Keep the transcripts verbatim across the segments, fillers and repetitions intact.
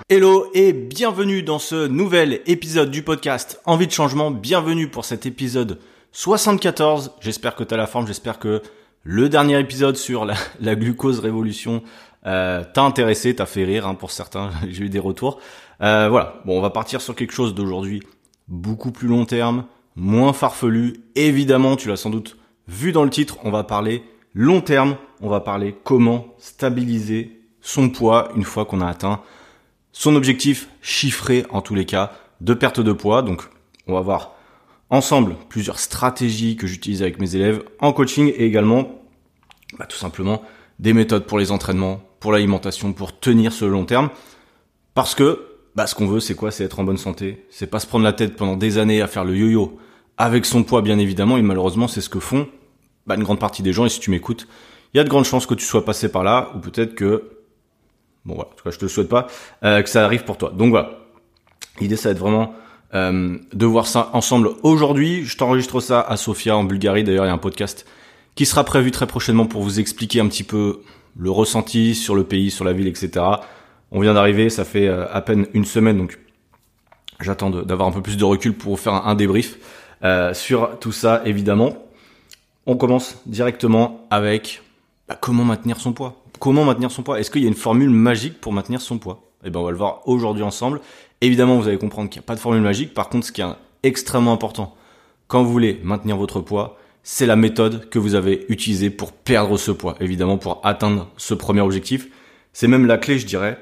Hello et bienvenue dans ce nouvel épisode du podcast Envie de changement. Bienvenue pour cet épisode soixante-quatorze. J'espère que tu as la forme, j'espère que le dernier épisode sur la, la glucose révolution euh, t'a intéressé, t'a fait rire hein, pour certains, j'ai eu des retours. Euh, voilà, bon on va partir sur quelque chose d'aujourd'hui beaucoup plus long terme, moins farfelu. Évidemment, tu l'as sans doute vu dans le titre, on va parler long terme, on va parler comment stabiliser son poids une fois qu'on a atteint son objectif chiffré en tous les cas de perte de poids. Donc on va voir ensemble plusieurs stratégies que j'utilise avec mes élèves en coaching et également bah, tout simplement des méthodes pour les entraînements, pour l'alimentation, pour tenir ce long terme. Parce que bah, ce qu'on veut c'est quoi? C'est être en bonne santé. C'est pas se prendre la tête pendant des années à faire le yo-yo avec son poids bien évidemment, et malheureusement c'est ce que font bah, une grande partie des gens. Et si tu m'écoutes, il y a de grandes chances que tu sois passé par là, ou peut-être que Bon voilà, en tout cas je te le souhaite pas, euh, que ça arrive pour toi. Donc voilà, l'idée ça va être vraiment euh, de voir ça ensemble aujourd'hui. Je t'enregistre ça à Sofia en Bulgarie. D'ailleurs il y a un podcast qui sera prévu très prochainement pour vous expliquer un petit peu le ressenti sur le pays, sur la ville, et cetera. On vient d'arriver, ça fait euh, à peine une semaine, donc j'attends de, d'avoir un peu plus de recul pour vous faire un, un débrief euh, sur tout ça évidemment. On commence directement avec bah, comment maintenir son poids. Comment maintenir son poids? Est-ce qu'il y a une formule magique pour maintenir son poids? Eh ben, on va le voir aujourd'hui ensemble. Évidemment, vous allez comprendre qu'il n'y a pas de formule magique. Par contre, ce qui est extrêmement important quand vous voulez maintenir votre poids, c'est la méthode que vous avez utilisée pour perdre ce poids. Évidemment, pour atteindre ce premier objectif. C'est même la clé, je dirais.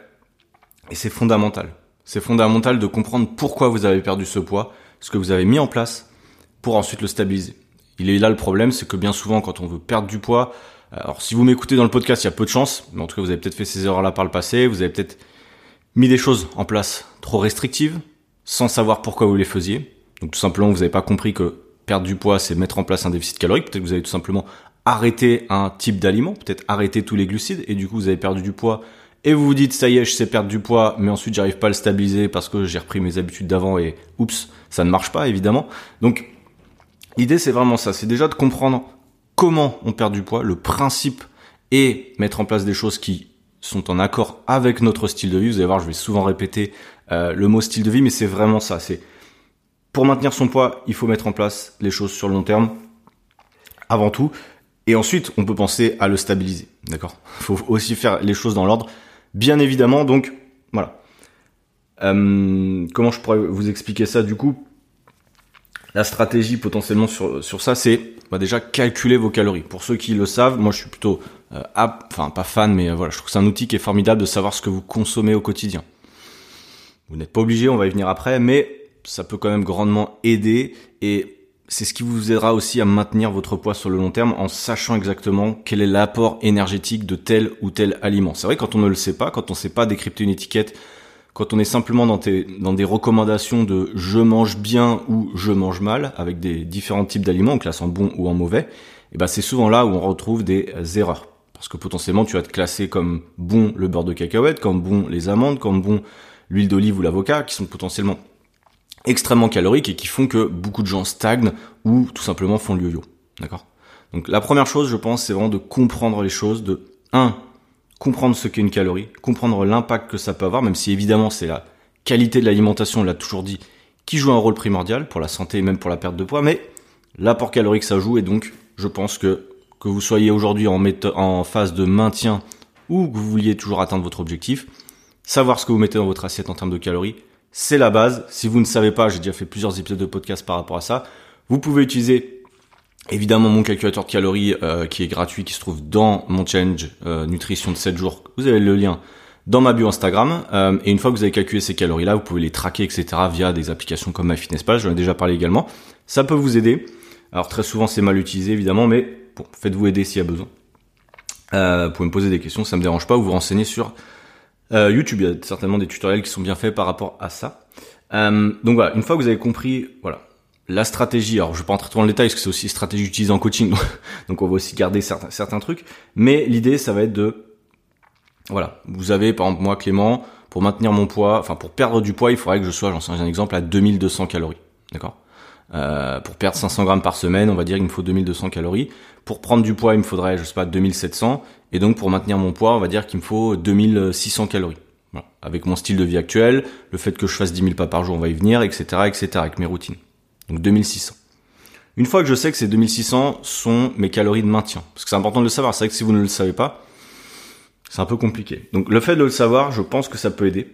Et c'est fondamental. C'est fondamental de comprendre pourquoi vous avez perdu ce poids, ce que vous avez mis en place pour ensuite le stabiliser. Il est là le problème, c'est que bien souvent, quand on veut perdre du poids, alors si vous m'écoutez dans le podcast, il y a peu de chance, mais en tout cas vous avez peut-être fait ces erreurs-là par le passé, vous avez peut-être mis des choses en place trop restrictives, sans savoir pourquoi vous les faisiez. Donc tout simplement vous n'avez pas compris que perdre du poids c'est mettre en place un déficit calorique, peut-être que vous avez tout simplement arrêté un type d'aliment, peut-être arrêté tous les glucides, et du coup vous avez perdu du poids, et vous vous dites ça y est je sais perdre du poids, mais ensuite j'arrive pas à le stabiliser parce que j'ai repris mes habitudes d'avant et oups, ça ne marche pas évidemment. Donc l'idée c'est vraiment ça, c'est déjà de comprendre comment on perd du poids, le principe, et mettre en place des choses qui sont en accord avec notre style de vie. Vous allez voir, je vais souvent répéter euh, le mot style de vie, mais c'est vraiment ça. C'est pour maintenir son poids, il faut mettre en place les choses sur le long terme, avant tout, et ensuite on peut penser à le stabiliser. D'accord ? Il faut aussi faire les choses dans l'ordre, bien évidemment. Donc voilà. Euh, comment je pourrais vous expliquer ça du coup ? La stratégie potentiellement sur sur ça, c'est bah déjà calculer vos calories. Pour ceux qui le savent, moi je suis plutôt euh, app, enfin pas fan, mais euh, voilà, je trouve que c'est un outil qui est formidable de savoir ce que vous consommez au quotidien. Vous n'êtes pas obligé, on va y venir après, mais ça peut quand même grandement aider, et c'est ce qui vous aidera aussi à maintenir votre poids sur le long terme en sachant exactement quel est l'apport énergétique de tel ou tel aliment. C'est vrai, quand on ne le sait pas, quand on ne sait pas décrypter une étiquette, quand on est simplement dans, tes, dans des recommandations de je mange bien ou je mange mal, avec des différents types d'aliments, en classant bon ou en mauvais, et ben c'est souvent là où on retrouve des erreurs. Parce que potentiellement, tu vas te classer comme bon le beurre de cacahuète, comme bon les amandes, comme bon l'huile d'olive ou l'avocat, qui sont potentiellement extrêmement caloriques et qui font que beaucoup de gens stagnent ou tout simplement font le yo-yo. D'accord ? Donc la première chose, je pense, c'est vraiment de comprendre les choses, de un comprendre ce qu'est une calorie, comprendre l'impact que ça peut avoir, même si évidemment c'est la qualité de l'alimentation, on l'a toujours dit, qui joue un rôle primordial pour la santé et même pour la perte de poids, mais l'apport calorique ça joue, et donc je pense que que vous soyez aujourd'hui en, méthode, en phase de maintien ou que vous vouliez toujours atteindre votre objectif, savoir ce que vous mettez dans votre assiette en termes de calories, c'est la base. Si vous ne savez pas, j'ai déjà fait plusieurs épisodes de podcast par rapport à ça, vous pouvez utiliser évidemment mon calculateur de calories euh, qui est gratuit, qui se trouve dans mon challenge euh, nutrition de sept jours. Vous avez le lien dans ma bio Instagram, euh, et une fois que vous avez calculé ces calories là, vous pouvez les traquer, et cetera via des applications comme MyFitnessPal. J'en ai déjà parlé également. Ça peut vous aider. Alors très souvent c'est mal utilisé évidemment, mais bon, faites-vous aider s'il y a besoin. Euh, vous pouvez me poser des questions, ça me dérange pas, ou vous renseigner sur euh, YouTube. Il y a certainement des tutoriels qui sont bien faits par rapport à ça. Euh, donc voilà, une fois que vous avez compris, voilà. La stratégie, alors je vais pas entrer trop dans le détail parce que c'est aussi une stratégie utilisée en coaching, donc on va aussi garder certains, certains trucs, mais l'idée ça va être de, voilà, vous avez par exemple moi Clément, pour maintenir mon poids, enfin pour perdre du poids, il faudrait que je sois, j'en sais un exemple, à deux mille deux cents calories, d'accord euh, Pour perdre cinq cents grammes par semaine, on va dire qu'il me faut deux mille deux cents calories, pour prendre du poids il me faudrait, je sais pas, deux mille sept cents, et donc pour maintenir mon poids, on va dire qu'il me faut deux mille six cents calories. Voilà. Avec mon style de vie actuel, le fait que je fasse dix mille pas par jour, on va y venir, et cetera, et cetera, avec mes routines. Donc deux mille six cents. Une fois que je sais que ces deux mille six cents sont mes calories de maintien, parce que c'est important de le savoir, c'est vrai que si vous ne le savez pas, c'est un peu compliqué. Donc le fait de le savoir, je pense que ça peut aider.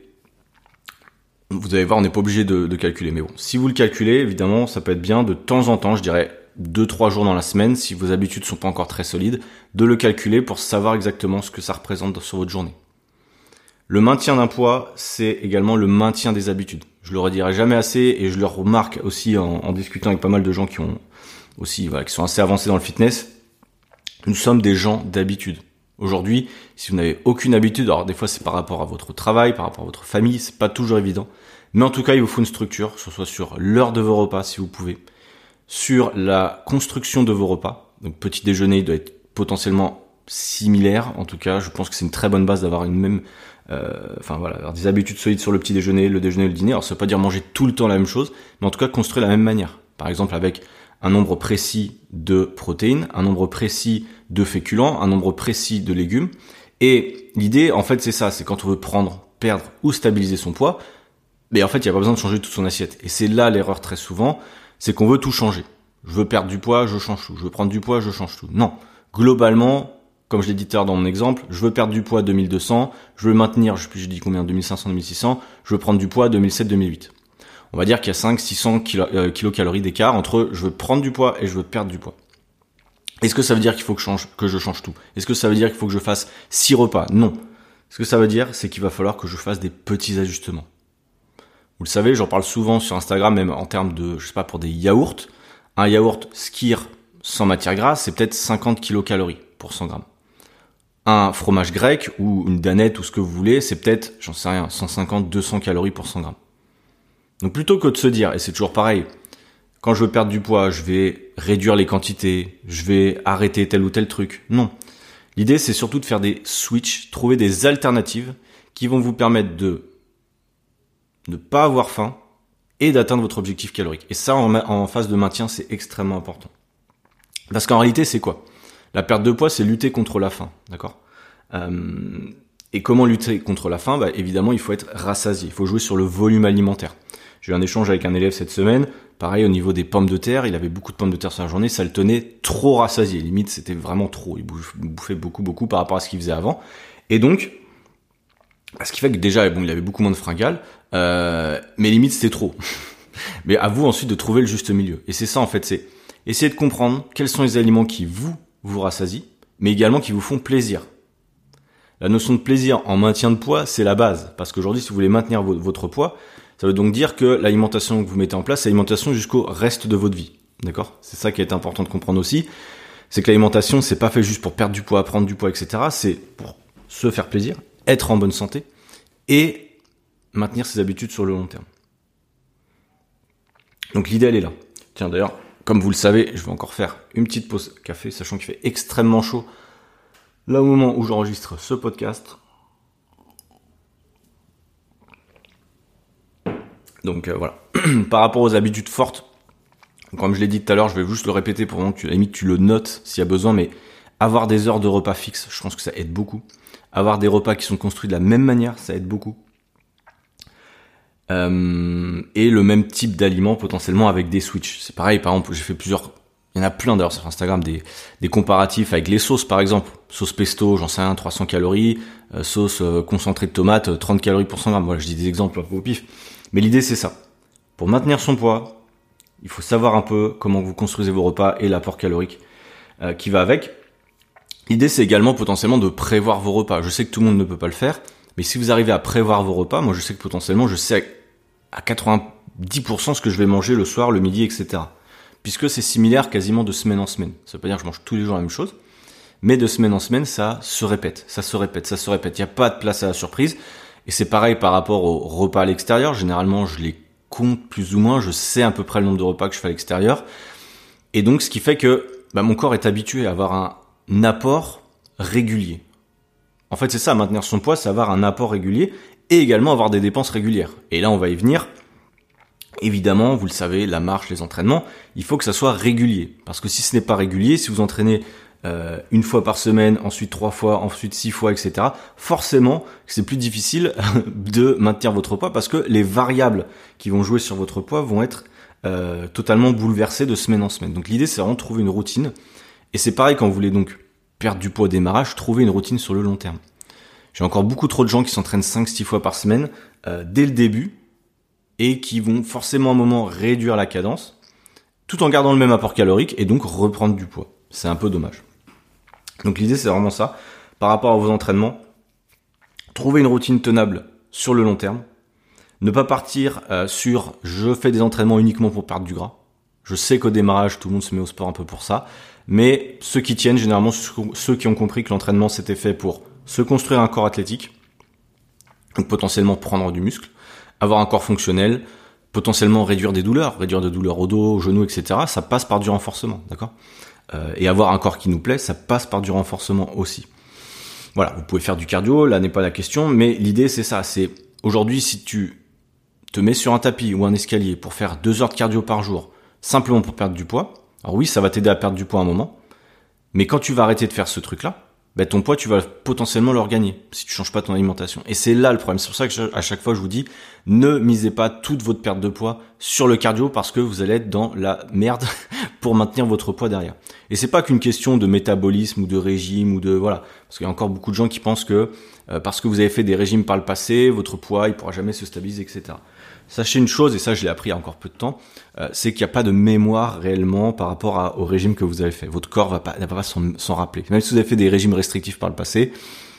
Vous allez voir, on n'est pas obligé de, de calculer, mais bon, si vous le calculez, évidemment, ça peut être bien de temps en temps, je dirais deux trois jours dans la semaine, si vos habitudes sont pas encore très solides, de le calculer pour savoir exactement ce que ça représente sur votre journée. Le maintien d'un poids, c'est également le maintien des habitudes. Je le redirai jamais assez et je le remarque aussi en, en discutant avec pas mal de gens qui ont aussi, voilà, qui sont assez avancés dans le fitness. Nous sommes des gens d'habitude. Aujourd'hui, si vous n'avez aucune habitude, alors des fois c'est par rapport à votre travail, par rapport à votre famille, c'est pas toujours évident. Mais en tout cas, il vous faut une structure, que ce soit sur l'heure de vos repas si vous pouvez, sur la construction de vos repas. Donc petit déjeuner, il doit être potentiellement similaire. En tout cas, je pense que c'est une très bonne base d'avoir une même, euh, enfin voilà, avoir des habitudes solides sur le petit déjeuner, le déjeuner, le dîner. Alors ça veut pas dire manger tout le temps la même chose, mais en tout cas construire de la même manière. Par exemple avec un nombre précis de protéines, un nombre précis de féculents, un nombre précis de légumes. Et l'idée, en fait, c'est ça, c'est quand on veut prendre, perdre ou stabiliser son poids, mais en fait, il n'y a pas besoin de changer toute son assiette. Et c'est là l'erreur très souvent, c'est qu'on veut tout changer. Je veux perdre du poids, je change tout. Je veux prendre du poids, je change tout. Non. Globalement, comme je l'ai dit tout à l'heure dans mon exemple, je veux perdre du poids deux mille deux cents, je veux maintenir, je sais plus, j'ai dit combien, deux mille cinq cents, deux mille six cents, je veux prendre du poids deux mille sept, deux mille huit. On va dire qu'il y a cinq cents, six cents kilo, euh, kilocalories d'écart entre je veux prendre du poids et je veux perdre du poids. Est-ce que ça veut dire qu'il faut que je change, que je change tout? Est-ce que ça veut dire qu'il faut que je fasse six repas? Non. Ce que ça veut dire, c'est qu'il va falloir que je fasse des petits ajustements. Vous le savez, j'en parle souvent sur Instagram, même en termes de, je sais pas, pour des yaourts. Un yaourt Skyr sans matière grasse, c'est peut-être cinquante kilocalories pour cent grammes. Un fromage grec ou une danette ou ce que vous voulez, c'est peut-être, j'en sais rien, cent cinquante, deux cents calories pour cent grammes. Donc plutôt que de se dire, et c'est toujours pareil, quand je veux perdre du poids, je vais réduire les quantités, je vais arrêter tel ou tel truc. Non. L'idée, c'est surtout de faire des switches, trouver des alternatives qui vont vous permettre de ne pas avoir faim et d'atteindre votre objectif calorique. Et ça, en, en phase de maintien, c'est extrêmement important. Parce qu'en réalité, c'est quoi? La perte de poids, c'est lutter contre la faim, d'accord? euh, Et comment lutter contre la faim? Bah, évidemment, il faut être rassasié. Il faut jouer sur le volume alimentaire. J'ai eu un échange avec un élève cette semaine. Pareil, au niveau des pommes de terre, il avait beaucoup de pommes de terre sur la journée. Ça le tenait trop rassasié. Limite, c'était vraiment trop. Il bouffait beaucoup, beaucoup par rapport à ce qu'il faisait avant. Et donc, ce qui fait que déjà, bon, il avait beaucoup moins de fringales. Euh, mais limite, c'était trop. Mais à vous ensuite de trouver le juste milieu. Et c'est ça, en fait, c'est essayer de comprendre quels sont les aliments qui vous, vous rassasient, mais également qui vous font plaisir. La notion de plaisir en maintien de poids, c'est la base. Parce qu'aujourd'hui, si vous voulez maintenir votre poids, ça veut donc dire que l'alimentation que vous mettez en place, c'est l'alimentation jusqu'au reste de votre vie. D'accord? C'est ça qui est important de comprendre aussi. C'est que l'alimentation, c'est pas fait juste pour perdre du poids, prendre du poids, et cetera. C'est pour se faire plaisir, être en bonne santé et maintenir ses habitudes sur le long terme. Donc l'idée, elle est là. Tiens, d'ailleurs, comme vous le savez, je vais encore faire une petite pause café, sachant qu'il fait extrêmement chaud là au moment où j'enregistre ce podcast. Donc euh, voilà, par rapport aux habitudes fortes, comme je l'ai dit tout à l'heure, je vais juste le répéter pour que tu, à la limite tu le notes s'il y a besoin, mais avoir des heures de repas fixes, je pense que ça aide beaucoup. Avoir des repas qui sont construits de la même manière, ça aide beaucoup. Euh, et le même type d'aliments potentiellement avec des switches. C'est pareil, par exemple, j'ai fait plusieurs, il y en a plein d'ailleurs sur Instagram, des, des comparatifs avec les sauces par exemple. Sauce pesto, j'en sais rien, trois cents calories, euh, sauce euh, concentrée de tomates, trente calories pour cent grammes. Voilà, je dis des exemples un peu au pif. Mais l'idée, c'est ça. Pour maintenir son poids, il faut savoir un peu comment vous construisez vos repas et l'apport calorique euh, qui va avec. L'idée, c'est également potentiellement de prévoir vos repas. Je sais que tout le monde ne peut pas le faire, mais si vous arrivez à prévoir vos repas, moi je sais que potentiellement, je sais à quatre-vingt-dix pour cent ce que je vais manger le soir, le midi, et cetera. Puisque c'est similaire quasiment de semaine en semaine. Ça veut pas dire que je mange tous les jours la même chose, mais de semaine en semaine, ça se répète, ça se répète, ça se répète. Il n'y a pas de place à la surprise. Et c'est pareil par rapport aux repas à l'extérieur. Généralement, je les compte plus ou moins. Je sais à peu près le nombre de repas que je fais à l'extérieur. Et donc, ce qui fait que bah, mon corps est habitué à avoir un apport régulier. En fait, c'est ça, maintenir son poids, c'est avoir un apport régulier et également avoir des dépenses régulières. Et là, on va y venir. Évidemment, vous le savez, la marche, les entraînements, il faut que ça soit régulier. Parce que si ce n'est pas régulier, si vous entraînez euh, une fois par semaine, ensuite trois fois, ensuite six fois, et cetera, forcément, c'est plus difficile de maintenir votre poids parce que les variables qui vont jouer sur votre poids vont être euh, totalement bouleversées de semaine en semaine. Donc l'idée, c'est vraiment de trouver une routine. Et c'est pareil quand vous voulez donc perdre du poids au démarrage, trouver une routine sur le long terme. J'ai encore beaucoup trop de gens qui s'entraînent cinq six fois par semaine euh, dès le début et qui vont forcément à un moment réduire la cadence tout en gardant le même apport calorique et donc reprendre du poids. C'est un peu dommage. Donc l'idée, c'est vraiment ça. Par rapport à vos entraînements, trouver une routine tenable sur le long terme. Ne pas partir euh, sur « je fais des entraînements uniquement pour perdre du gras ». Je sais qu'au démarrage, tout le monde se met au sport un peu pour ça. Mais ceux qui tiennent, généralement, ceux qui ont compris que l'entraînement, c'était fait pour se construire un corps athlétique, donc potentiellement prendre du muscle, avoir un corps fonctionnel, potentiellement réduire des douleurs, réduire des douleurs au dos, aux genoux, et cetera. Ça passe par du renforcement, d'accord ? euh, Et avoir un corps qui nous plaît, ça passe par du renforcement aussi. Voilà, vous pouvez faire du cardio, là n'est pas la question, mais l'idée c'est ça, c'est aujourd'hui si tu te mets sur un tapis ou un escalier pour faire deux heures de cardio par jour, simplement pour perdre du poids, alors oui, ça va t'aider à perdre du poids à un moment, mais quand tu vas arrêter de faire ce truc-là, ben ton poids, tu vas potentiellement le regagner si tu changes pas ton alimentation. Et c'est là le problème. C'est pour ça que je, à chaque fois, je vous dis, ne misez pas toute votre perte de poids sur le cardio parce que vous allez être dans la merde pour maintenir votre poids derrière. Et c'est pas qu'une question de métabolisme ou de régime ou de voilà, parce qu'il y a encore beaucoup de gens qui pensent que euh, parce que vous avez fait des régimes par le passé, votre poids il pourra jamais se stabiliser, et cetera. Sachez une chose, et ça je l'ai appris il y a encore peu de temps, euh, c'est qu'il n'y a pas de mémoire réellement par rapport à, au régime que vous avez fait. Votre corps va pas, va pas s'en, s'en rappeler. Même si vous avez fait des régimes restrictifs par le passé,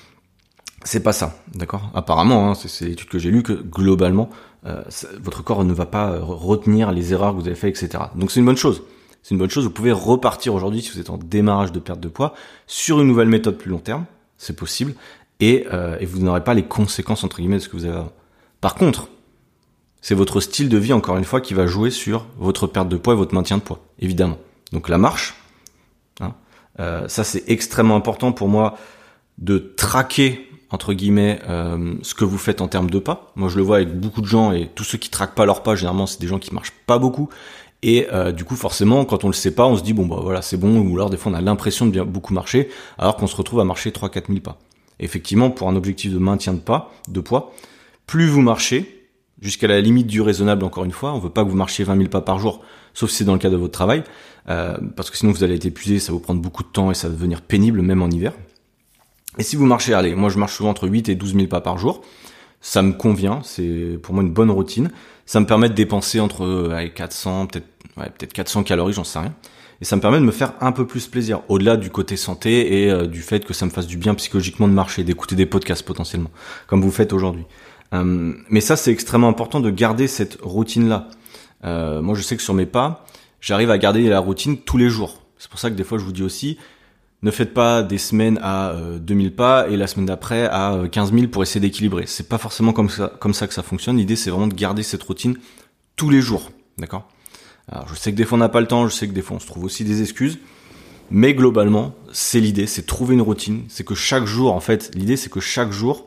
c'est pas ça, d'accord ? Apparemment, hein, c'est, c'est l'étude que j'ai lue, que globalement, euh, ça, votre corps ne va pas retenir les erreurs que vous avez fait, et cetera. Donc c'est une bonne chose. C'est une bonne chose. Vous pouvez repartir aujourd'hui, si vous êtes en démarrage de perte de poids, sur une nouvelle méthode plus long terme, c'est possible, et, euh, et vous n'aurez pas les conséquences, entre guillemets, de ce que vous avez avant. Par contre, c'est votre style de vie, encore une fois, qui va jouer sur votre perte de poids et votre maintien de poids, évidemment. Donc la marche, hein, euh, ça c'est extrêmement important pour moi de traquer, entre guillemets, euh, ce que vous faites en termes de pas. Moi je le vois avec beaucoup de gens, et tous ceux qui traquent pas leurs pas, généralement c'est des gens qui marchent pas beaucoup. Et euh, du coup forcément, quand on le sait pas, on se dit bon bah voilà c'est bon, ou alors des fois on a l'impression de bien beaucoup marcher, alors qu'on se retrouve à marcher trois à quatre mille pas. Et effectivement, pour un objectif de maintien de pas, de poids, plus vous marchez, jusqu'à la limite du raisonnable, encore une fois. On veut pas que vous marchiez vingt mille pas par jour, sauf si c'est dans le cadre de votre travail, euh, parce que sinon vous allez être épuisé, ça va vous prendre beaucoup de temps et ça va devenir pénible, même en hiver. Et si vous marchez, allez, moi je marche souvent entre huit et douze mille pas par jour, ça me convient, c'est pour moi une bonne routine. Ça me permet de dépenser entre allez, quatre cents, peut-être, ouais, peut-être quatre cents calories, j'en sais rien. Et ça me permet de me faire un peu plus plaisir, au-delà du côté santé et euh, du fait que ça me fasse du bien psychologiquement de marcher, d'écouter des podcasts potentiellement, comme vous faites aujourd'hui. Euh, mais ça, c'est extrêmement important de garder cette routine-là. Euh, moi, je sais que sur mes pas, j'arrive à garder la routine tous les jours. C'est pour ça que des fois, je vous dis aussi, ne faites pas des semaines à euh, deux mille pas et la semaine d'après à euh, quinze mille pour essayer d'équilibrer. C'est pas forcément comme ça, comme ça que ça fonctionne. L'idée, c'est vraiment de garder cette routine tous les jours. D'accord ? Alors, je sais que des fois, on n'a pas le temps. Je sais que des fois, on se trouve aussi des excuses. Mais globalement, c'est l'idée. C'est trouver une routine. C'est que chaque jour, en fait, l'idée, c'est que chaque jour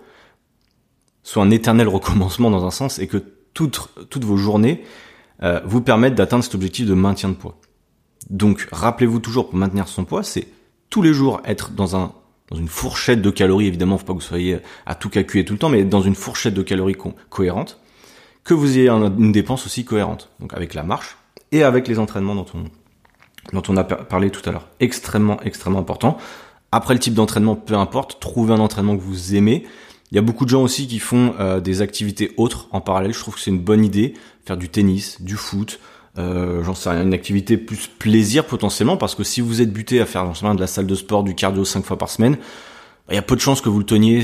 soit un éternel recommencement dans un sens et que toutes, toutes vos journées euh, vous permettent d'atteindre cet objectif de maintien de poids. Donc, rappelez-vous toujours, pour maintenir son poids, c'est tous les jours être dans un dans une fourchette de calories, évidemment, faut pas que vous soyez à tout calculer tout le temps, mais dans une fourchette de calories co- cohérente, que vous ayez un, une dépense aussi cohérente, donc avec la marche et avec les entraînements dont on, dont on a parlé tout à l'heure. Extrêmement, extrêmement important. Après le type d'entraînement, peu importe, trouvez un entraînement que vous aimez. Il y a beaucoup de gens aussi qui font euh, des activités autres en parallèle. Je trouve que c'est une bonne idée. Faire du tennis, du foot, euh, j'en sais rien, une activité plus plaisir potentiellement, parce que si vous êtes buté à faire j'en sais rien, de la salle de sport, du cardio cinq fois par semaine, bah, il y a peu de chances que vous le teniez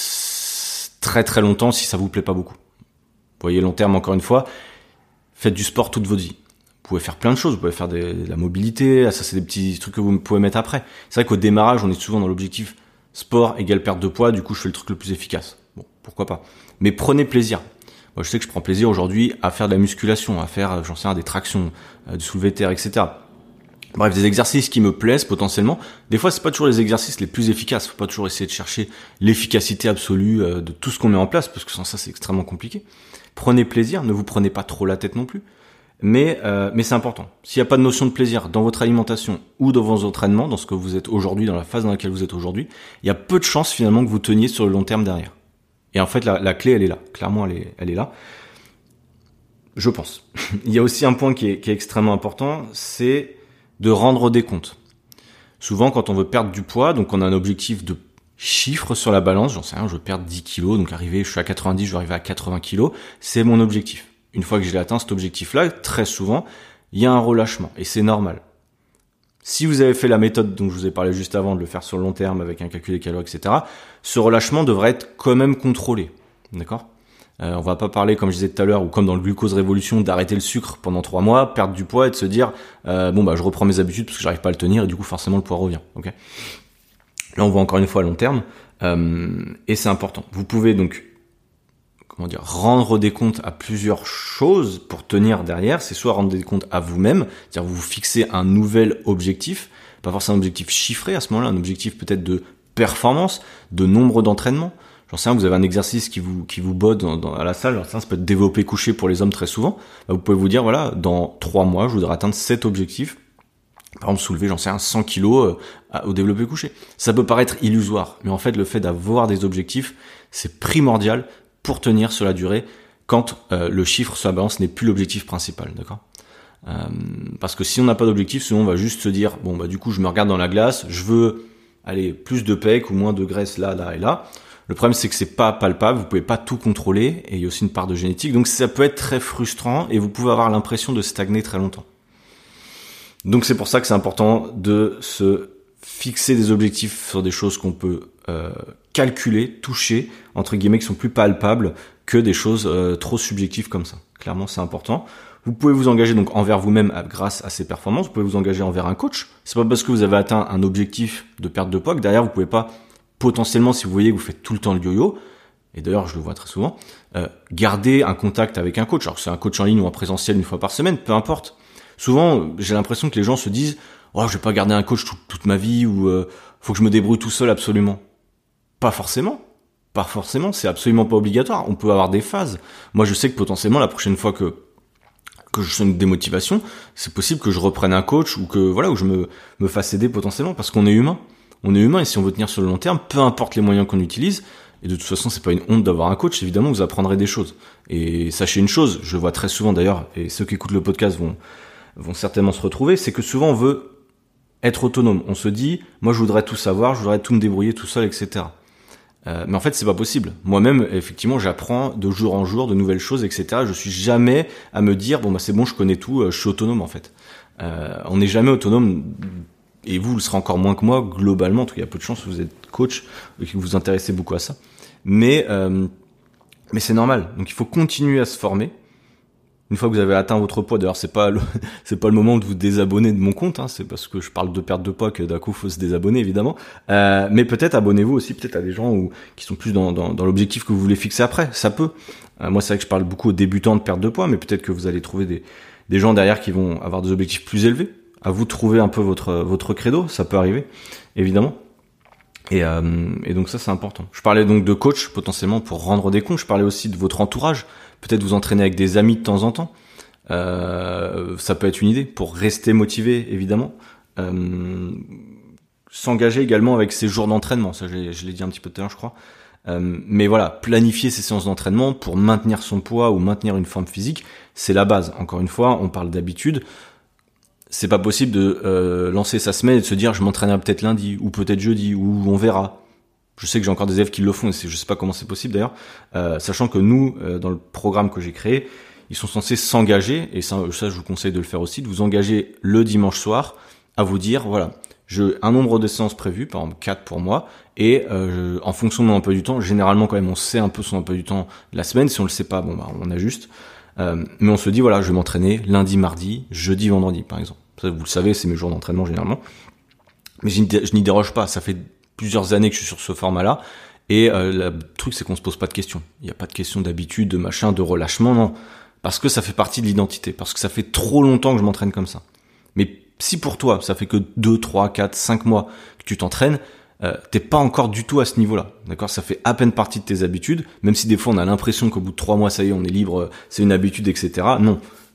très très longtemps si ça vous plaît pas beaucoup. Vous voyez, long terme, encore une fois, faites du sport toute votre vie. Vous pouvez faire plein de choses, vous pouvez faire des, de la mobilité, ça c'est des petits trucs que vous pouvez mettre après. C'est vrai qu'au démarrage, on est souvent dans l'objectif sport égale perte de poids, du coup je fais le truc le plus efficace. Bon, pourquoi pas. Mais prenez plaisir. Moi je sais que je prends plaisir aujourd'hui à faire de la musculation, à faire, j'en sais rien, des tractions, euh, du soulevé de terre, et cetera. Bref, des exercices qui me plaisent potentiellement. Des fois, c'est pas toujours les exercices les plus efficaces. Faut pas toujours essayer de chercher l'efficacité absolue euh, de tout ce qu'on met en place, parce que sans ça, c'est extrêmement compliqué. Prenez plaisir, ne vous prenez pas trop la tête non plus. Mais euh, mais c'est important. S'il n'y a pas de notion de plaisir dans votre alimentation ou dans vos entraînements, dans ce que vous êtes aujourd'hui, dans la phase dans laquelle vous êtes aujourd'hui, il y a peu de chances finalement que vous teniez sur le long terme derrière. Et en fait, la, la clé, elle est là. Clairement, elle est, elle est là. Je pense. Il y a aussi un point qui est, qui est extrêmement important, c'est de rendre des comptes. Souvent, quand on veut perdre du poids, donc on a un objectif de chiffre sur la balance, j'en sais rien, je veux perdre dix kilos, donc arriver, je suis à quatre-vingt-dix, je veux arriver à quatre-vingts kilos, c'est mon objectif. Une fois que j'ai atteint cet objectif-là, très souvent, il y a un relâchement, et c'est normal. Si vous avez fait la méthode dont je vous ai parlé juste avant, de le faire sur le long terme avec un calcul des calories, et cetera, ce relâchement devrait être quand même contrôlé, d'accord ? Euh, on va pas parler, comme je disais tout à l'heure, ou comme dans le glucose révolution, d'arrêter le sucre pendant trois mois, perdre du poids et de se dire euh, bon bah je reprends mes habitudes parce que j'arrive pas à le tenir et du coup forcément le poids revient. Ok. Là on voit encore une fois à long terme euh, et c'est important. Vous pouvez donc comment dire rendre des comptes à plusieurs choses pour tenir derrière. C'est soit rendre des comptes à vous-même, c'est-à-dire vous fixez un nouvel objectif, pas forcément un objectif chiffré à ce moment-là, un objectif peut-être de performance, de nombre d'entraînements. J'en sais rien, vous avez un exercice qui vous qui vous botte dans, dans, à la salle, genre ça, ça peut être développé couché pour les hommes très souvent. Bah, vous pouvez vous dire voilà, dans trois mois, je voudrais atteindre cet objectif. Par exemple, soulever, j'en sais rien, cent kilos euh, au développé couché. Ça peut paraître illusoire, mais en fait, le fait d'avoir des objectifs, c'est primordial pour tenir sur la durée quand euh, le chiffre sur la balance n'est plus l'objectif principal, d'accord ? euh, Parce que si on n'a pas d'objectif, souvent on va juste se dire bon bah du coup, je me regarde dans la glace, je veux aller plus de pecs ou moins de graisse là, là et là. Le problème, c'est que c'est pas palpable, vous pouvez pas tout contrôler, et il y a aussi une part de génétique, donc ça peut être très frustrant, et vous pouvez avoir l'impression de stagner très longtemps. Donc c'est pour ça que c'est important de se fixer des objectifs sur des choses qu'on peut euh, calculer, toucher, entre guillemets, qui sont plus palpables que des choses euh, trop subjectives comme ça. Clairement, c'est important. Vous pouvez vous engager donc envers vous-même grâce à ces performances, vous pouvez vous engager envers un coach. C'est pas parce que vous avez atteint un objectif de perte de poids que derrière vous pouvez pas potentiellement, si vous voyez que vous faites tout le temps le yo-yo, et d'ailleurs je le vois très souvent, euh, garder un contact avec un coach. Alors que c'est un coach en ligne ou en présentiel une fois par semaine, peu importe. Souvent, j'ai l'impression que les gens se disent « Oh, je vais pas garder un coach toute, toute ma vie » ou euh, « Faut que je me débrouille tout seul absolument ». Pas forcément. Pas forcément, c'est absolument pas obligatoire. On peut avoir des phases. Moi, je sais que potentiellement, la prochaine fois que que je sens une démotivation, c'est possible que je reprenne un coach ou que voilà, où je me me fasse aider potentiellement parce qu'on est humain. On est humain et si on veut tenir sur le long terme, peu importe les moyens qu'on utilise, et de toute façon c'est pas une honte d'avoir un coach, évidemment vous apprendrez des choses. Et sachez une chose, je vois très souvent d'ailleurs, et ceux qui écoutent le podcast vont, vont certainement se retrouver, c'est que souvent on veut être autonome. On se dit, moi je voudrais tout savoir, je voudrais tout me débrouiller tout seul, et cetera. Euh, mais en fait c'est pas possible. Moi-même, effectivement, j'apprends de jour en jour de nouvelles choses, et cetera. Je suis jamais à me dire, bon bah c'est bon, je connais tout, je suis autonome en fait. Euh, on n'est jamais autonome. Et vous, vous le serez encore moins que moi, globalement. En tout cas, il y a peu de chances que vous êtes coach et que vous vous intéressez beaucoup à ça. Mais, euh, mais c'est normal. Donc, il faut continuer à se former. Une fois que vous avez atteint votre poids, d'ailleurs, c'est pas le, c'est pas le moment de vous désabonner de mon compte, hein. C'est parce que je parle de perte de poids que d'un coup, faut se désabonner, évidemment. Euh, mais peut-être abonnez-vous aussi, peut-être à des gens où, qui sont plus dans, dans, dans l'objectif que vous voulez fixer après. Ça peut. Euh, moi, c'est vrai que je parle beaucoup aux débutants de perte de poids, mais peut-être que vous allez trouver des, des gens derrière qui vont avoir des objectifs plus élevés. À vous de trouver un peu votre votre credo, ça peut arriver, évidemment. Et, euh, et donc ça, c'est important. Je parlais donc de coach, potentiellement, pour rendre des comptes. Je parlais aussi de votre entourage. Peut-être vous entraîner avec des amis de temps en temps. Euh, ça peut être une idée pour rester motivé, évidemment. Euh, s'engager également avec ses jours d'entraînement. Ça, je, je l'ai dit un petit peu tout à l'heure, je crois. Euh, mais voilà, planifier ses séances d'entraînement pour maintenir son poids ou maintenir une forme physique, c'est la base. Encore une fois, on parle d'habitude. C'est pas possible de euh, lancer sa semaine et de se dire je m'entraînerai peut-être lundi ou peut-être jeudi ou on verra. Je sais que j'ai encore des élèves qui le font et c'est, je sais pas comment c'est possible d'ailleurs, euh, sachant que nous, euh, dans le programme que j'ai créé, ils sont censés s'engager, et ça, ça je vous conseille de le faire aussi, de vous engager le dimanche soir à vous dire voilà, j'ai un nombre de séances prévues, par exemple quatre pour moi, et euh, en fonction de mon emploi du temps, généralement quand même on sait un peu son emploi du temps la semaine, si on le sait pas, bon bah on ajuste. Euh, mais on se dit voilà, je vais m'entraîner lundi, mardi, jeudi, vendredi par exemple. Ça, vous le savez, c'est mes jours d'entraînement généralement. Mais je n'y déroge pas. Ça fait plusieurs années que je suis sur ce format-là. Et euh, le truc, c'est qu'on se pose pas de questions. Il n'y a pas de question d'habitude, de machin, de relâchement, non. Parce que ça fait partie de l'identité. Parce que ça fait trop longtemps que je m'entraîne comme ça. Mais si pour toi, ça fait que deux, trois, quatre, cinq mois que tu t'entraînes, Euh, t'es pas encore du tout à ce niveau-là, d'accord? Ça fait à peine partie de tes habitudes, même si des fois on a l'impression qu'au bout de trois mois, ça y est, on est libre, c'est une habitude, et cetera. Non,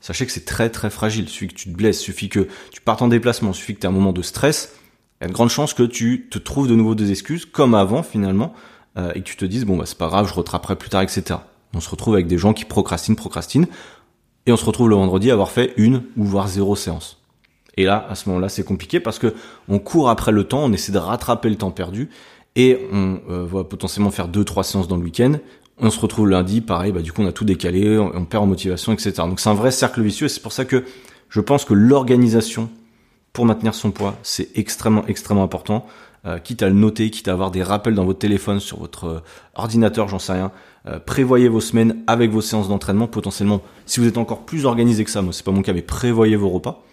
sachez que c'est très très fragile. Il suffit que tu te blesses, il suffit que tu partes en déplacement, il suffit que tu aies un moment de stress, il y a de grandes chances que tu te trouves de nouveau des excuses, comme avant finalement, euh, et que tu te dises, bon bah c'est pas grave, je rattraperai plus tard, et cetera. On se retrouve avec des gens qui procrastinent, procrastinent, et on se retrouve le vendredi à avoir fait une ou voire zéro séance. Et là, à ce moment-là, c'est compliqué parce que on court après le temps, on essaie de rattraper le temps perdu et on euh, va potentiellement faire deux, trois séances dans le week-end. On se retrouve lundi, pareil, bah du coup on a tout décalé, on, on perd en motivation, et cetera. Donc c'est un vrai cercle vicieux et c'est pour ça que je pense que l'organisation pour maintenir son poids, c'est extrêmement, extrêmement important. Euh, quitte à le noter, quitte à avoir des rappels dans votre téléphone, sur votre euh, ordinateur, j'en sais rien. Euh, prévoyez vos semaines avec vos séances d'entraînement. Potentiellement, si vous êtes encore plus organisé que ça, moi c'est pas mon cas, mais prévoyez vos repas.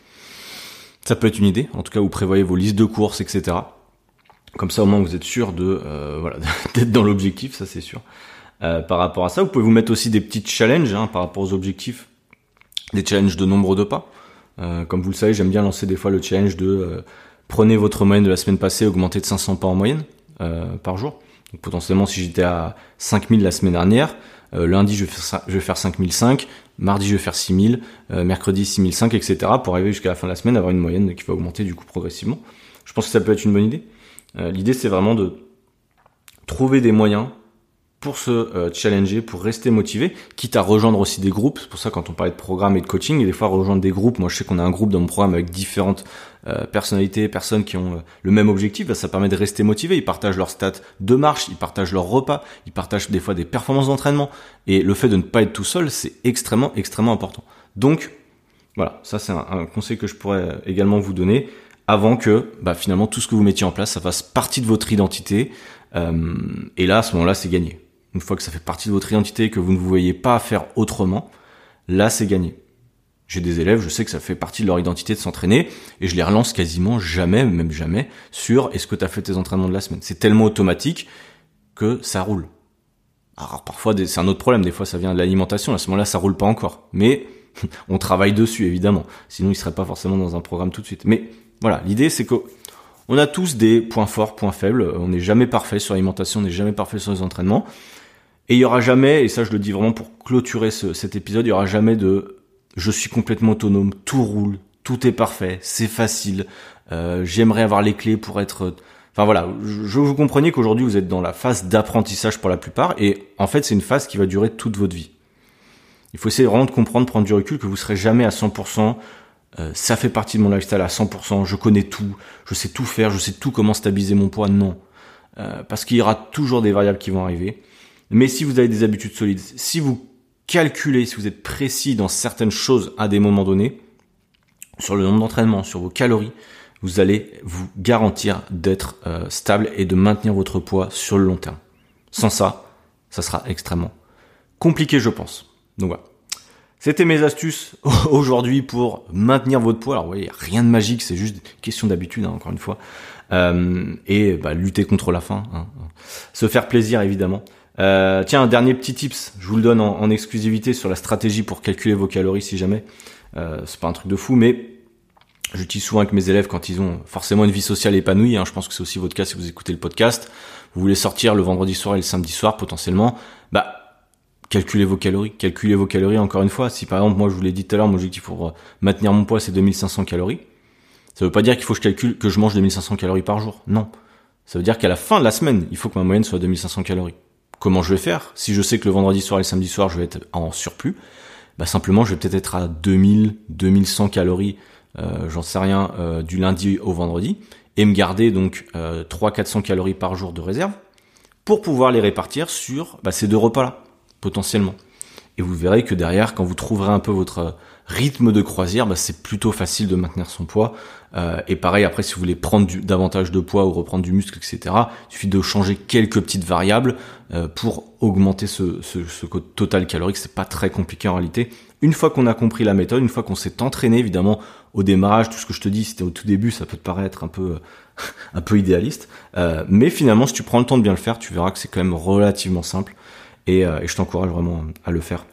Ça peut être une idée, en tout cas vous prévoyez vos listes de courses, et cetera. Comme ça au moins vous êtes sûr de euh, voilà d'être dans l'objectif, ça c'est sûr. Euh, par rapport à ça, vous pouvez vous mettre aussi des petits challenges hein, par rapport aux objectifs, des challenges de nombre de pas. Euh, comme vous le savez, j'aime bien lancer des fois le challenge de euh, prenez votre moyenne de la semaine passée, augmentez de cinq cents pas en moyenne euh, par jour. Donc potentiellement si j'étais à cinq mille la semaine dernière, euh, lundi je vais faire, je vais faire cinq mille cinq. Mardi, je vais faire six mille, euh, mercredi six mille cinq, et cetera pour arriver jusqu'à la fin de la semaine, avoir une moyenne qui va augmenter du coup progressivement. Je pense que ça peut être une bonne idée. Euh, l'idée, c'est vraiment de trouver des moyens pour se euh, challenger, pour rester motivé, quitte à rejoindre aussi des groupes. C'est pour ça quand on parlait de programme et de coaching, et des fois rejoindre des groupes. Moi, je sais qu'on a un groupe dans mon programme avec différentes euh, personnalités, personnes qui ont euh, le même objectif. Là, ça permet de rester motivé. Ils partagent leurs stats de marche, ils partagent leurs repas, ils partagent des fois des performances d'entraînement. Et le fait de ne pas être tout seul, c'est extrêmement, extrêmement important. Donc, voilà, ça c'est un, un conseil que je pourrais également vous donner avant que bah, finalement tout ce que vous mettiez en place, ça fasse partie de votre identité. Euh, et là, à ce moment-là, c'est gagné. Une fois que ça fait partie de votre identité et que vous ne vous voyez pas faire autrement, là, c'est gagné. J'ai des élèves, je sais que ça fait partie de leur identité de s'entraîner et je les relance quasiment jamais, même jamais, sur est-ce que tu as fait tes entraînements de la semaine. C'est tellement automatique que ça roule. Alors parfois, c'est un autre problème, des fois ça vient de l'alimentation, à ce moment-là, ça roule pas encore. Mais on travaille dessus, évidemment. Sinon, ils seraient pas forcément dans un programme tout de suite. Mais voilà, l'idée, c'est que on a tous des points forts, points faibles. On n'est jamais parfait sur l'alimentation, on n'est jamais parfait sur les entraînements. Et il y aura jamais, et ça je le dis vraiment pour clôturer ce, cet épisode, il y aura jamais de « je suis complètement autonome, tout roule, tout est parfait, c'est facile, euh, j'aimerais avoir les clés pour être… » Enfin voilà, je, je vous compreniez qu'aujourd'hui vous êtes dans la phase d'apprentissage pour la plupart, et en fait c'est une phase qui va durer toute votre vie. Il faut essayer vraiment de comprendre, prendre du recul, que vous serez jamais à cent pour cent, euh, ça fait partie de mon lifestyle à cent pour cent, je connais tout, je sais tout faire, je sais tout comment stabiliser mon poids, non. Euh, parce qu'il y aura toujours des variables qui vont arriver. Mais si vous avez des habitudes solides, si vous calculez, si vous êtes précis dans certaines choses à des moments donnés, sur le nombre d'entraînements, sur vos calories, vous allez vous garantir d'être euh, stable et de maintenir votre poids sur le long terme. Sans ça, ça sera extrêmement compliqué, je pense. Donc voilà. C'était mes astuces aujourd'hui pour maintenir votre poids. Alors vous voyez, rien de magique, c'est juste question d'habitude, hein, encore une fois. Euh, et bah, lutter contre la faim. Hein. Se faire plaisir, évidemment. Euh, tiens, un dernier petit tips, je vous le donne en, en exclusivité sur la stratégie pour calculer vos calories si jamais. Euh, c'est pas un truc de fou, mais j'utilise souvent avec mes élèves quand ils ont forcément une vie sociale épanouie. Hein, je pense que c'est aussi votre cas si vous écoutez le podcast. Vous voulez sortir le vendredi soir et le samedi soir potentiellement. Bah, calculez vos calories. Calculez vos calories encore une fois. Si par exemple, moi je vous l'ai dit tout à l'heure, mon objectif pour maintenir mon poids c'est deux mille cinq cents calories. Ça veut pas dire qu'il faut que je calcule que je mange deux mille cinq cents calories par jour. Non. Ça veut dire qu'à la fin de la semaine, il faut que ma moyenne soit deux mille cinq cents calories. Comment je vais faire? Si je sais que le vendredi soir et le samedi soir, je vais être en surplus, bah simplement, je vais peut-être être à deux mille, deux mille cent calories, euh, j'en sais rien, euh, du lundi au vendredi, et me garder donc euh, trois cents à quatre cents calories par jour de réserve pour pouvoir les répartir sur bah, ces deux repas-là, potentiellement. Et vous verrez que derrière, quand vous trouverez un peu votre rythme de croisière, bah, c'est plutôt facile de maintenir son poids. Euh, et pareil, après, si vous voulez prendre du, davantage de poids ou reprendre du muscle, et cetera, il suffit de changer quelques petites variables euh, pour augmenter ce, ce, ce total calorique. C'est pas très compliqué en réalité. Une fois qu'on a compris la méthode, une fois qu'on s'est entraîné, évidemment, au démarrage, tout ce que je te dis, c'était au tout début, ça peut te paraître un peu, un peu idéaliste. Euh, mais finalement, si tu prends le temps de bien le faire, tu verras que c'est quand même relativement simple. Et, euh, et je t'encourage vraiment à le faire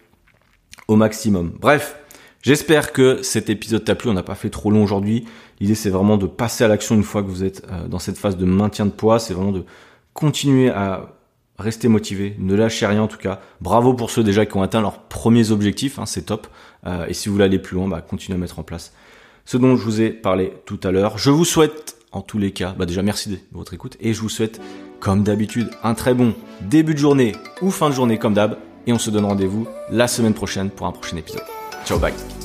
au maximum. Bref, j'espère que cet épisode t'a plu. On n'a pas fait trop long aujourd'hui. L'idée, c'est vraiment de passer à l'action une fois que vous êtes euh, dans cette phase de maintien de poids. C'est vraiment de continuer à restez motivés, ne lâchez rien en tout cas. Bravo pour ceux déjà qui ont atteint leurs premiers objectifs, hein, c'est top. Euh, et si vous voulez aller plus loin, bah, continuez à mettre en place ce dont je vous ai parlé tout à l'heure. Je vous souhaite, en tous les cas, bah déjà merci de votre écoute et je vous souhaite, comme d'habitude, un très bon début de journée ou fin de journée comme d'hab. Et on se donne rendez-vous la semaine prochaine pour un prochain épisode. Ciao, bye.